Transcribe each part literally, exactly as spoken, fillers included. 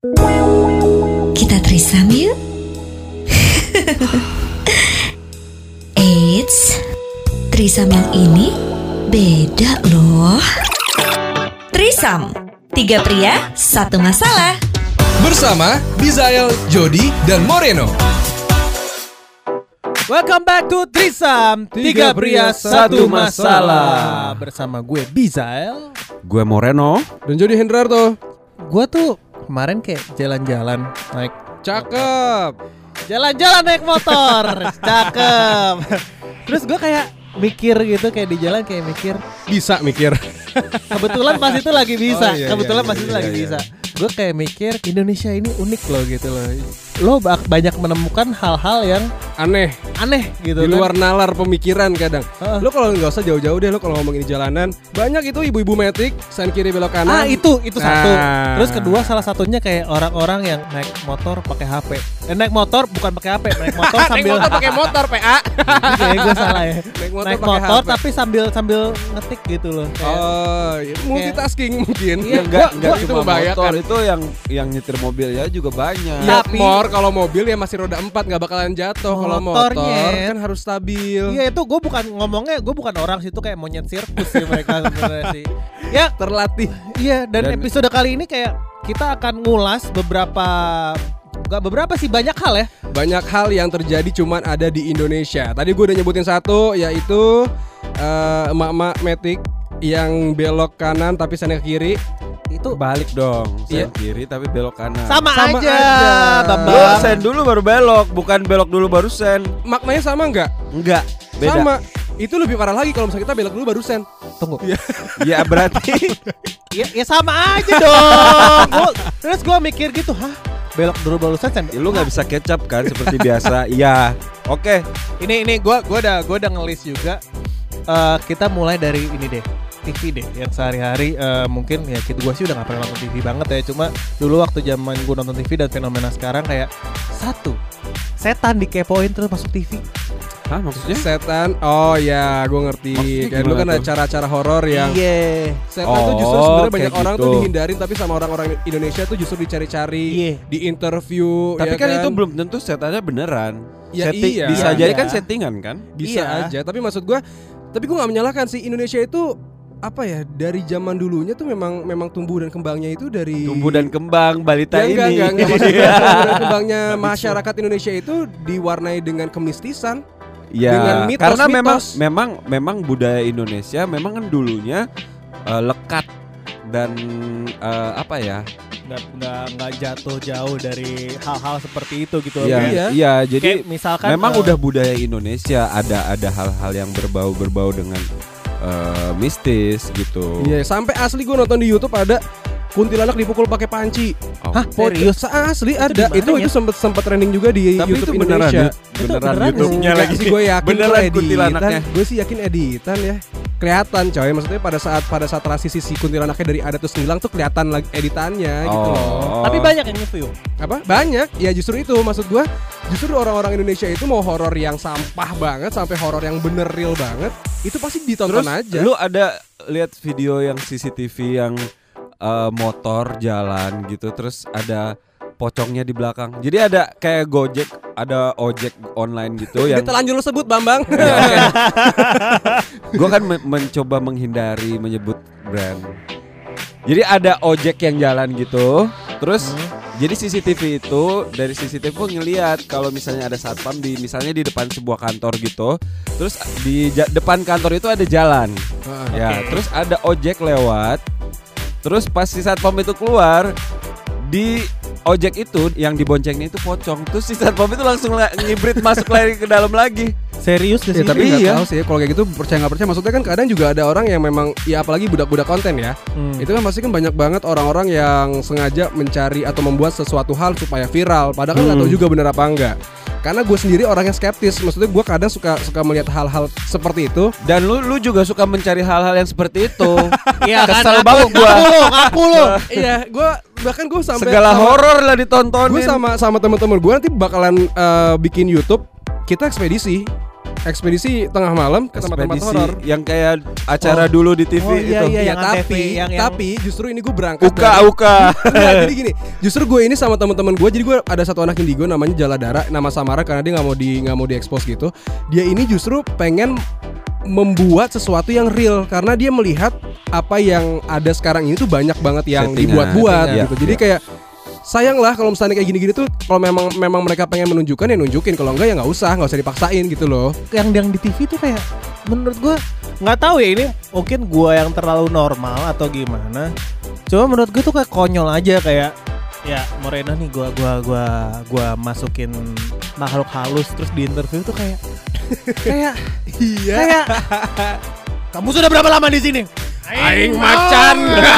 Kita trisam yuk. Eits, trisam yang ini beda loh. Trisam, tiga pria, satu masalah. Bersama Bizael, Jody, dan Moreno. Welcome back to Trisam, tiga pria, satu masalah. Bersama gue Bizael, gue Moreno, dan Jody Hendrarto. Gue tuh kemarin kayak jalan-jalan naik Cakep. Jalan-jalan naik motor. Cakep. Terus gue kayak mikir gitu, kayak di jalan kayak mikir, Bisa mikir. kebetulan pas itu lagi bisa. Oh, iya, Kebetulan iya, pas iya, itu iya, lagi iya. bisa. Gue kayak mikir Indonesia ini unik loh gitu loh. Lo bak- banyak menemukan hal-hal yang Aneh. aneh gitu Di kan. luar nalar pemikiran kadang. Heeh. Lo kalau nggak usah jauh-jauh deh, lo kalau ngomongin di jalanan banyak itu ibu-ibu metik sen kiri belok kanan. Ah itu itu satu. Nah. Terus kedua salah satunya kayak orang-orang yang naik motor pakai H P. Eh, naik motor bukan pakai H P, naik motor Naik sambil motor pakai motor P A. Kayak gue salah ya. Naik motor Naik pakai motor H P. tapi sambil sambil ngetik gitu loh. Kayak, Oh, iya. Multitasking mungkin. Iya, enggak Gua- enggak gua itu cuma membahayakan. motor, itu yang yang nyetir mobil ya juga banyak. Ya, Tapi- mor kalau mobil ya masih roda empat nggak bakalan jatuh. Kalau motor Motornya- kan harus stabil. Iya itu gue bukan ngomongnya, gue bukan orang situ kayak monyet sirkus sih mereka sebenarnya sih. Ya Terlatih. iya dan, Dan- episode kali ini kayak kita akan ngulas beberapa, gak beberapa sih, banyak hal ya. Banyak hal yang terjadi cuman ada di Indonesia. Tadi gue udah nyebutin satu, yaitu eh, emak-emak metik yang belok kanan tapi sennya ke kiri. Itu Balik dong, Iya. sen kiri tapi belok kanan. sama, Sama aja, aja. Bambang. Lu sen dulu baru belok, bukan belok dulu baru sen. Maknanya sama nggak? Enggak, beda. Sama. Itu lebih parah lagi kalau misalnya kita belok dulu baru sen. Tunggu. Ya berarti Ya, ya sama aja dong. Gua- terus gue mikir gitu, hah belok dulu baru sen. ya lu nggak bisa kecap kan seperti biasa. Iya, oke. Ini ini gue gue udah gue udah ngelis juga. Eh, kita mulai dari ini deh, T V deh yang sehari-hari eh, mungkin ya kita gue sih udah gak pernah nonton T V banget ya, cuma dulu waktu zaman gue nonton T V dan fenomena sekarang kayak satu setan dikepoin terus masuk T V. Hah, maksudnya? Setan. Oh ya, gue ngerti. Maksudnya Kayak dulu kan gimana ada tuh? cara-cara horor yang Iya. setan tuh justru Oh, sebenarnya kayak banyak orang gitu. tuh dihindarin, tapi sama orang-orang Indonesia tuh justru dicari-cari, Iya. di interview. Tapi ya kan itu belum tentu setannya beneran. Ya Setting- iya. bisa Iya. jadi kan settingan kan? bisa Iya. aja. Tapi maksud gue, tapi gue nggak menyalahkan sih. Indonesia itu apa ya, dari zaman dulunya tuh memang memang tumbuh dan kembangnya itu dari Tumbuh dan kembang balita ya, enggak, ini. enggak, enggak, maksudnya tumbuh dan kembangnya masyarakat Indonesia itu diwarnai dengan kemistisan. Ya, Dengan mitos, karena memang mitos. memang memang budaya Indonesia memang kan dulunya eh, lekat dan eh, apa ya? Nggak nggak nggak jatuh jauh dari hal-hal seperti itu gitu. Iya, Kayak- iya, jadi kayak misalkan memang eh, udah budaya Indonesia ada ada hal-hal yang berbau-berbau dengan eh, mistis gitu. Iya, sampai asli gue nonton di YouTube ada kuntilanak dipukul pakai panci. Oh. Hah, serius? Asli Itu ada. di mana Itu ya? itu sempat sempat trending juga di Tapi YouTube itu beneran, Indonesia. Dit? Itu beneran beneran YouTube-nya Enggak lagi. sih, gue yakin Beneran itu editan. kuntilanaknya. Gue sih yakin editan ya. Kelihatan coy, maksudnya pada saat pada saat transisi si kuntilanaknya dari ada terus ngilang tuh kelihatan lagi editannya gitu loh. Oh. Tapi banyak yang nge-view. Apa? Banyak. Ya justru itu maksud gue. Justru orang-orang Indonesia itu mau horor yang sampah banget sampai horor yang bener real banget, itu pasti ditonton Terus aja. lu ada lihat video yang C C T V yang eh, motor jalan gitu, terus ada pocongnya di belakang. Jadi ada kayak Gojek, ada ojek online gitu yang Dia telanjur lo sebut Bambang. gue kan men- mencoba menghindari menyebut brand. Jadi ada ojek yang jalan gitu, terus jadi C C T V itu dari C C T V ngelihat kalau misalnya ada satpam di misalnya di depan sebuah kantor gitu, terus di ja- depan kantor itu ada jalan, ya, Oke. terus ada ojek lewat, terus pas si satpam itu keluar di ojek itu yang diboncengnya itu pocong, terus si satpam itu langsung la- ngibrit masuk lari ke dalam lagi. Serius Ya, sih? tapi nggak Iya. tahu sih kalau kayak gitu percaya nggak percaya. Maksudnya kan kadang juga ada orang yang memang ya apalagi budak-budak konten ya. Hmm. Itu kan pasti kan banyak banget orang-orang yang sengaja mencari atau membuat sesuatu hal supaya viral. Padahal kan nggak tahu juga bener apa enggak. Karena gue sendiri orang yang skeptis. Maksudnya gue kadang suka suka melihat hal-hal seperti itu. Dan lu lu juga suka mencari hal-hal yang seperti itu. Iya kan? Kesel Aku- banget gua. Aku lu, aku lu. Iya, gue bahkan gue sampai Segala sama- horor lah ditontonin. Gue sama sama teman-teman gue nanti bakalan eh, bikin YouTube kita ekspedisi. ekspedisi tengah malam ke tempat-tempat Ekspedisi horor. yang kayak acara Oh. dulu di T V Oh, iya, itu. iya. Ya, yang tapi Antv, yang- yang- tapi justru ini gue berangkat Uka dari- uka. Nah, jadi gini, justru gue ini sama teman-teman gue, jadi gue ada satu anak indigo namanya Jaladara, nama Samara karena dia nggak mau di nggak mau diekspos gitu. Dia ini justru pengen membuat sesuatu yang real karena dia melihat apa yang ada sekarang ini tuh banyak banget yang Settingan. dibuat-buat Settingan. gitu. Iya, Jadi iya. kayak sayang lah kalau misalnya kayak gini-gini tuh kalau memang memang mereka pengen menunjukkan ya nunjukin, kalau enggak ya nggak usah nggak usah dipaksain gitu loh. Yang yang di T V tuh kayak menurut gue nggak tahu ya, ini mungkin gue yang terlalu normal atau gimana. Cuma menurut gue tuh kayak konyol aja, kayak ya Morena nih gua gua gua gua masukin makhluk halus terus di interview tuh kayak kayak Iya. kayak kamu sudah berapa lama di sini? Aing macan.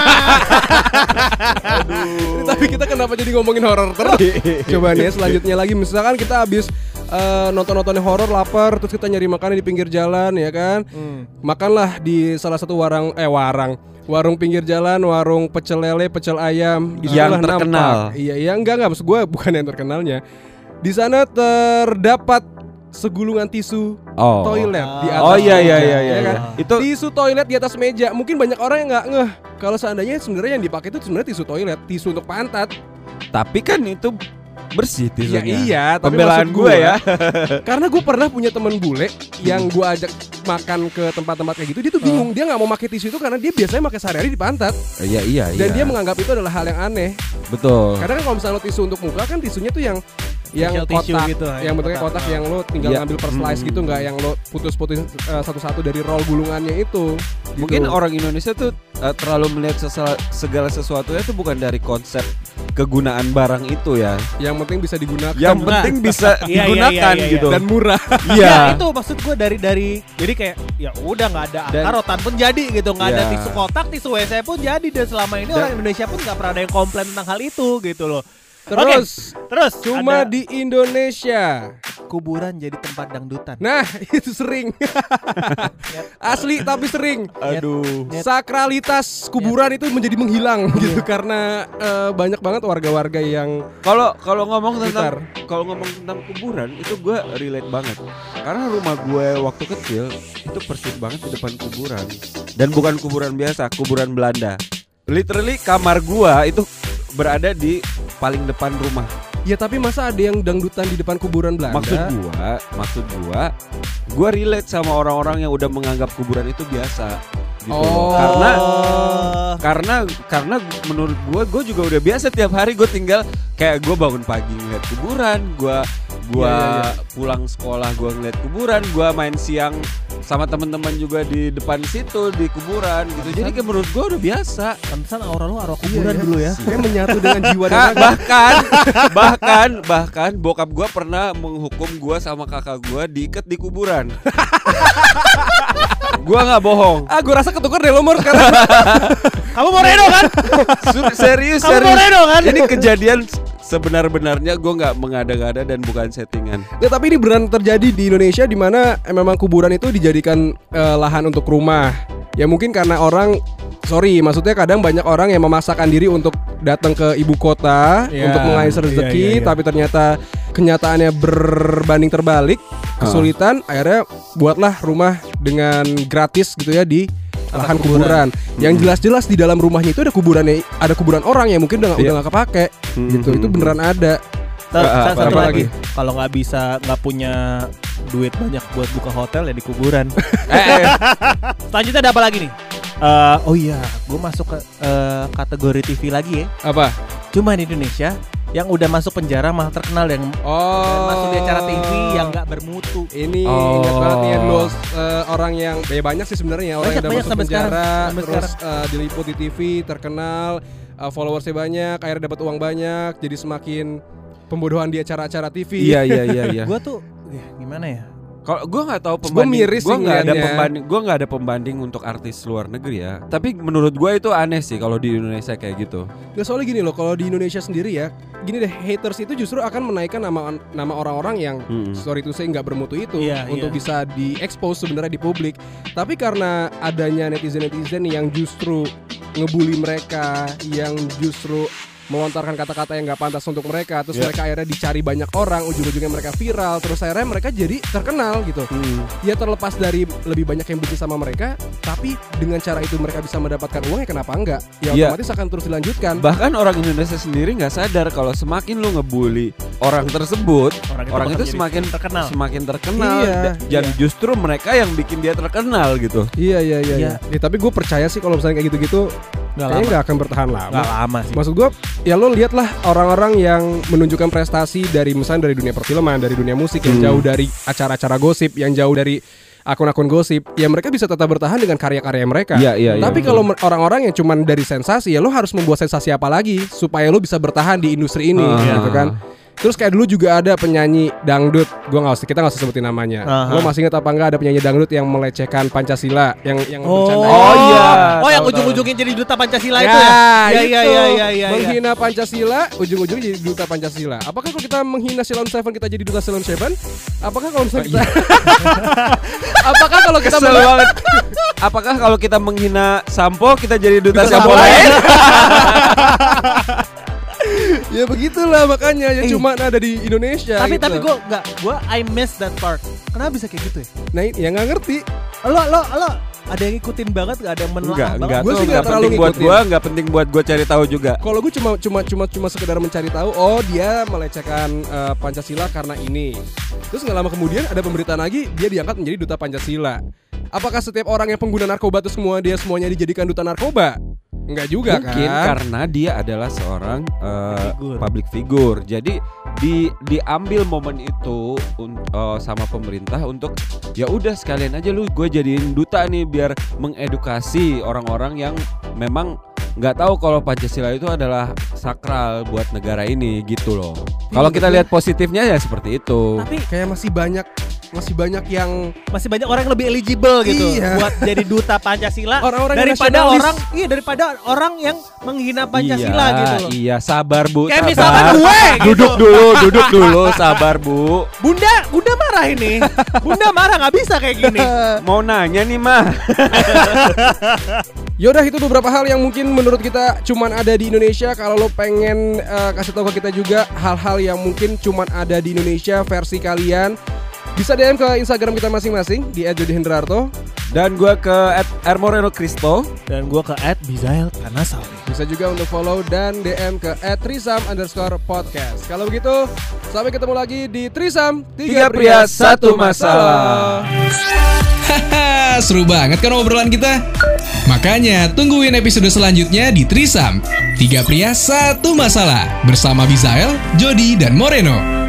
Tapi kita kenapa jadi ngomongin horor terus? Coba nih ya, selanjutnya lagi misalkan kita habis uh, nonton-nontonnya horor, lapar, terus kita nyari makanan di pinggir jalan ya kan? Hmm. Makanlah di salah satu warang eh warang warung pinggir jalan, warung pecel lele, pecel ayam. Di Yang situlah terkenal. nampak- Iya, iya enggak enggak maksud gue bukan yang terkenalnya. Di sana terdapat segulungan tisu Oh. toilet di atas. Oh iya iya meja, iya iya. ya kan? iya. Itu Tisu toilet di atas meja. Mungkin banyak orang yang nggak ngeh kalau seandainya sebenarnya yang dipakai itu sebenarnya tisu toilet, tisu untuk pantat. tapi kan itu bersih Iya tisunya. iya, tapi Pembelaan maksud gue ya. Karena gue pernah punya temen bule yang gue ajak makan ke tempat-tempat kayak gitu, dia tuh bingung, dia nggak mau pakai tisu itu karena dia biasanya pakai sehari-hari di pantat. Iya iya iya. Dan dia menganggap itu adalah hal yang aneh. betul. Karena kan kalau misalnya lo tisu untuk muka kan tisunya tuh yang yang Special tissue kotak, gitu, yang yang bentuknya kotak. kotak, yang lo tinggal Iya. ngambil per slice Hmm. gitu, nggak yang lo putus-putus uh, satu-satu dari roll gulungannya itu. Mungkin Gitu. orang Indonesia tuh uh, terlalu melihat sesal- segala sesuatunya tuh bukan dari konsep kegunaan barang itu ya. yang penting bisa digunakan Yang Enggak. penting bisa Iya, iya, digunakan iya, iya, gitu. dan murah. Iya. Ya itu maksud gue dari dari jadi kayak ya udah nggak ada Dan- akar rotan pun jadi gitu, nggak ada Ya. tisu kotak, tisu W C pun jadi, dan selama ini Dan- orang Indonesia pun nggak pernah ada yang komplain tentang hal itu gitu loh. Terus Oke, terus cuma ada di Indonesia. kuburan jadi tempat dangdutan. Nah, itu sering. Asli tapi sering. Aduh. Sakralitas kuburan itu menjadi menghilang gitu karena eh, banyak banget warga-warga yang Kalau kalau ngomong tentang Gitar. kalau ngomong tentang kuburan itu gue relate banget. Karena rumah gue waktu kecil itu persis banget di depan kuburan. Dan bukan kuburan biasa, kuburan Belanda. Literally kamar gua itu berada di paling depan rumah. ya tapi masa ada yang dangdutan di depan kuburan Belanda? Maksud gua, maksud gua, gua relate sama orang-orang yang udah menganggap kuburan itu biasa. Gitu Oh. loh. Karena karena karena menurut gua, gua juga udah biasa tiap hari gua tinggal kayak gua bangun pagi ngeliat kuburan, gua gua Iya, iya, pulang sekolah gua ngeliat kuburan, gua main siang sama teman-teman juga di depan situ di kuburan gitu. Jadi kayak menurut gua udah biasa. Pantesan aura lu aura kuburan Iya, iya. dulu ya. Kayak menyatu dengan jiwa dan Kak, raga. bahkan bahkan bahkan bokap gua pernah menghukum gua sama kakak gua diikat di kuburan. Gua nggak bohong. Ah, gue rasa ketukar deh lo Mor sekarang. Kamu Moreno kan? Sur- serius Kamu serius. Moreno kan? Ini kejadian sebenar-benarnya, gua nggak mengada-ngada dan bukan settingan. Ya, tapi ini beneran terjadi di Indonesia di mana eh, memang kuburan itu dijadikan eh, lahan untuk rumah. Ya mungkin karena orang sorry, maksudnya kadang banyak orang yang memaksakan diri untuk datang ke ibu kota Ya, untuk mengais rezeki, iya, iya, iya. tapi ternyata kenyataannya berbanding terbalik, kesulitan, akhirnya buatlah rumah dengan gratis gitu ya di lahan kuburan. Yang jelas-jelas di dalam rumahnya itu ada kuburannya, ada kuburan orang yang mungkin udah nggak Iya. udah nggak kepake, gitu. Itu beneran ada. Ter- Ah, sa- satu apa lagi, lagi? kalau nggak bisa nggak punya duit banyak buat buka hotel ya di kuburan. Eh, eh, Selanjutnya ada apa lagi nih? Eh, oh iya, gue masuk ke eh, kategori T V lagi ya. Apa? Cuma di Indonesia yang udah masuk penjara malah terkenal, yang Oh, dan masuk di acara T V yang nggak bermutu. Ini Oh. ingat banget nih dulu eh, orang yang ya banyak sih sebenarnya orang Banyak, yang udah banyak masuk sampai penjara sekarang, sampai terus eh, diliput di T V terkenal, eh, followersnya banyak, akhirnya dapat uang banyak, jadi semakin pembodohan di acara-acara T V. iya iya iya iya. Gue tuh ya, gimana ya? Kalau gue nggak tahu Gua pembanding, miris gue sih nggak ada ngeliatnya. pembanding, gue nggak ada pembanding untuk artis luar negeri ya. Tapi menurut gue itu aneh sih kalau di Indonesia kayak gitu. Nggak, soalnya gini loh, kalau di Indonesia sendiri ya, gini deh, haters itu justru akan menaikkan nama nama orang-orang yang Mm-mm. sorry itu saya nggak bermutu itu Iya, untuk iya. bisa diekspos sebenarnya di publik. Tapi karena adanya netizen-netizen yang justru ngebully mereka, yang justru melontarkan kata-kata yang nggak pantas untuk mereka, terus Yeah. mereka akhirnya dicari banyak orang, ujung-ujungnya mereka viral, terus akhirnya mereka jadi terkenal gitu. Hmm. Ya terlepas dari lebih banyak yang benci sama mereka, tapi dengan cara itu mereka bisa mendapatkan uang, ya kenapa enggak? Ya Iya. otomatis akan terus dilanjutkan. Bahkan orang Indonesia sendiri nggak sadar kalau semakin lu ngebully orang tersebut, Orang itu orang bakal itu jadi semakin terkenal. semakin terkenal. Iya, Da- Dan iya. justru mereka yang bikin dia terkenal gitu. Iya iya iya. Iya. iya. Ya, tapi gue percaya sih kalau misalnya kayak gitu-gitu, Nggak kayaknya lama. nggak akan bertahan lama. Nggak lama sih. Maksud gue, ya lo lihatlah orang-orang yang menunjukkan prestasi dari misalnya dari dunia perfilman, dari dunia musik yang Hmm. jauh dari acara-acara gosip, yang jauh dari akun-akun gosip, ya mereka bisa tetap bertahan dengan karya-karya mereka. Iya, iya, iya, Tapi betul. kalau mer- orang-orang yang cuman dari sensasi, ya lo harus membuat sensasi apa lagi supaya lo bisa bertahan di industri ini, Ah. gitu kan? Terus kayak dulu juga ada penyanyi dangdut, gua nggak usah kita nggak usah sebutin namanya. Aha. Lo masih ingat apa enggak ada penyanyi dangdut yang melecehkan Pancasila, yang yang Oh, bercanda. Oh, iya. Oh, yang Tahu, ujung-ujungnya jadi duta Pancasila Ya, itu ya? Iya, itu. iya, iya, iya, iya. Menghina Pancasila, ujung-ujungnya jadi duta Pancasila. Apakah kalau kita menghina Ceylon Seven kita jadi duta Ceylon Seven? Apakah kalau misalnya kita Apakah kalau kita Kesel meng- banget. Apakah kalau kita menghina sampo kita jadi duta, Duta sampo sampo lain? Ya begitulah makanya ya Eh. cuma ada di Indonesia. Tapi gitu. tapi gue nggak, gue I miss that part. Kenapa bisa kayak gitu ya? Nah ya nggak ngerti. Lo lo lo ada yang ngikutin banget, nggak ada yang menelaah Enggak, banget? enggak Gua tuh sih enggak nggak terlalu penting buat ngikutin. gua, enggak penting buat gua cari tahu juga. Kalau gue cuma cuma cuma cuma sekedar mencari tahu, oh dia melecehkan eh, Pancasila karena ini. Terus nggak lama kemudian ada pemberitaan lagi dia diangkat menjadi duta Pancasila. Apakah setiap orang yang pengguna narkoba itu semua dia semuanya dijadikan duta narkoba? Enggak juga Mungkin kan? karena dia adalah seorang uh, Figur. public figure. Jadi di diambil momen itu un- uh, sama pemerintah untuk ya udah sekalian aja lu gue jadiin duta nih biar mengedukasi orang-orang yang memang nggak tahu kalau Pancasila itu adalah sakral buat negara ini gitu loh. Kalau kita lihat positifnya ya seperti itu. Tapi Kayak masih banyak masih banyak yang masih banyak orang yang lebih eligible gitu Iya. buat jadi duta Pancasila Orang-orang yang daripada nasionalis. orang iya daripada orang yang menghina Pancasila iya, gitu loh. Iya, sabar Bu. Kayak sabar. misalkan gue gitu. Duduk dulu, duduk dulu, sabar Bu. Bunda, Bunda marah ini. Bunda marah nggak bisa kayak gini. Mau nanya nih mah. Yaudah itu beberapa hal yang mungkin menurut kita cuman ada di Indonesia. Kalau lo pengen eh, kasih tahu ke kita juga hal-hal yang mungkin cuman ada di Indonesia versi kalian, bisa D M ke Instagram kita masing-masing di et jody hendrarto. Dan gue ke at ermoreno cristo. Dan gue ke at bizael kanasal. Bisa juga untuk follow dan D M ke et trisam underscore podcast. Kalau begitu sampai ketemu lagi di Trisam Tiga pria, satu masalah. Haha, seru banget kan obrolan kita? Makanya tungguin episode selanjutnya di Trisam. Tiga pria, satu masalah. Bersama Bizael, Jody, dan Moreno.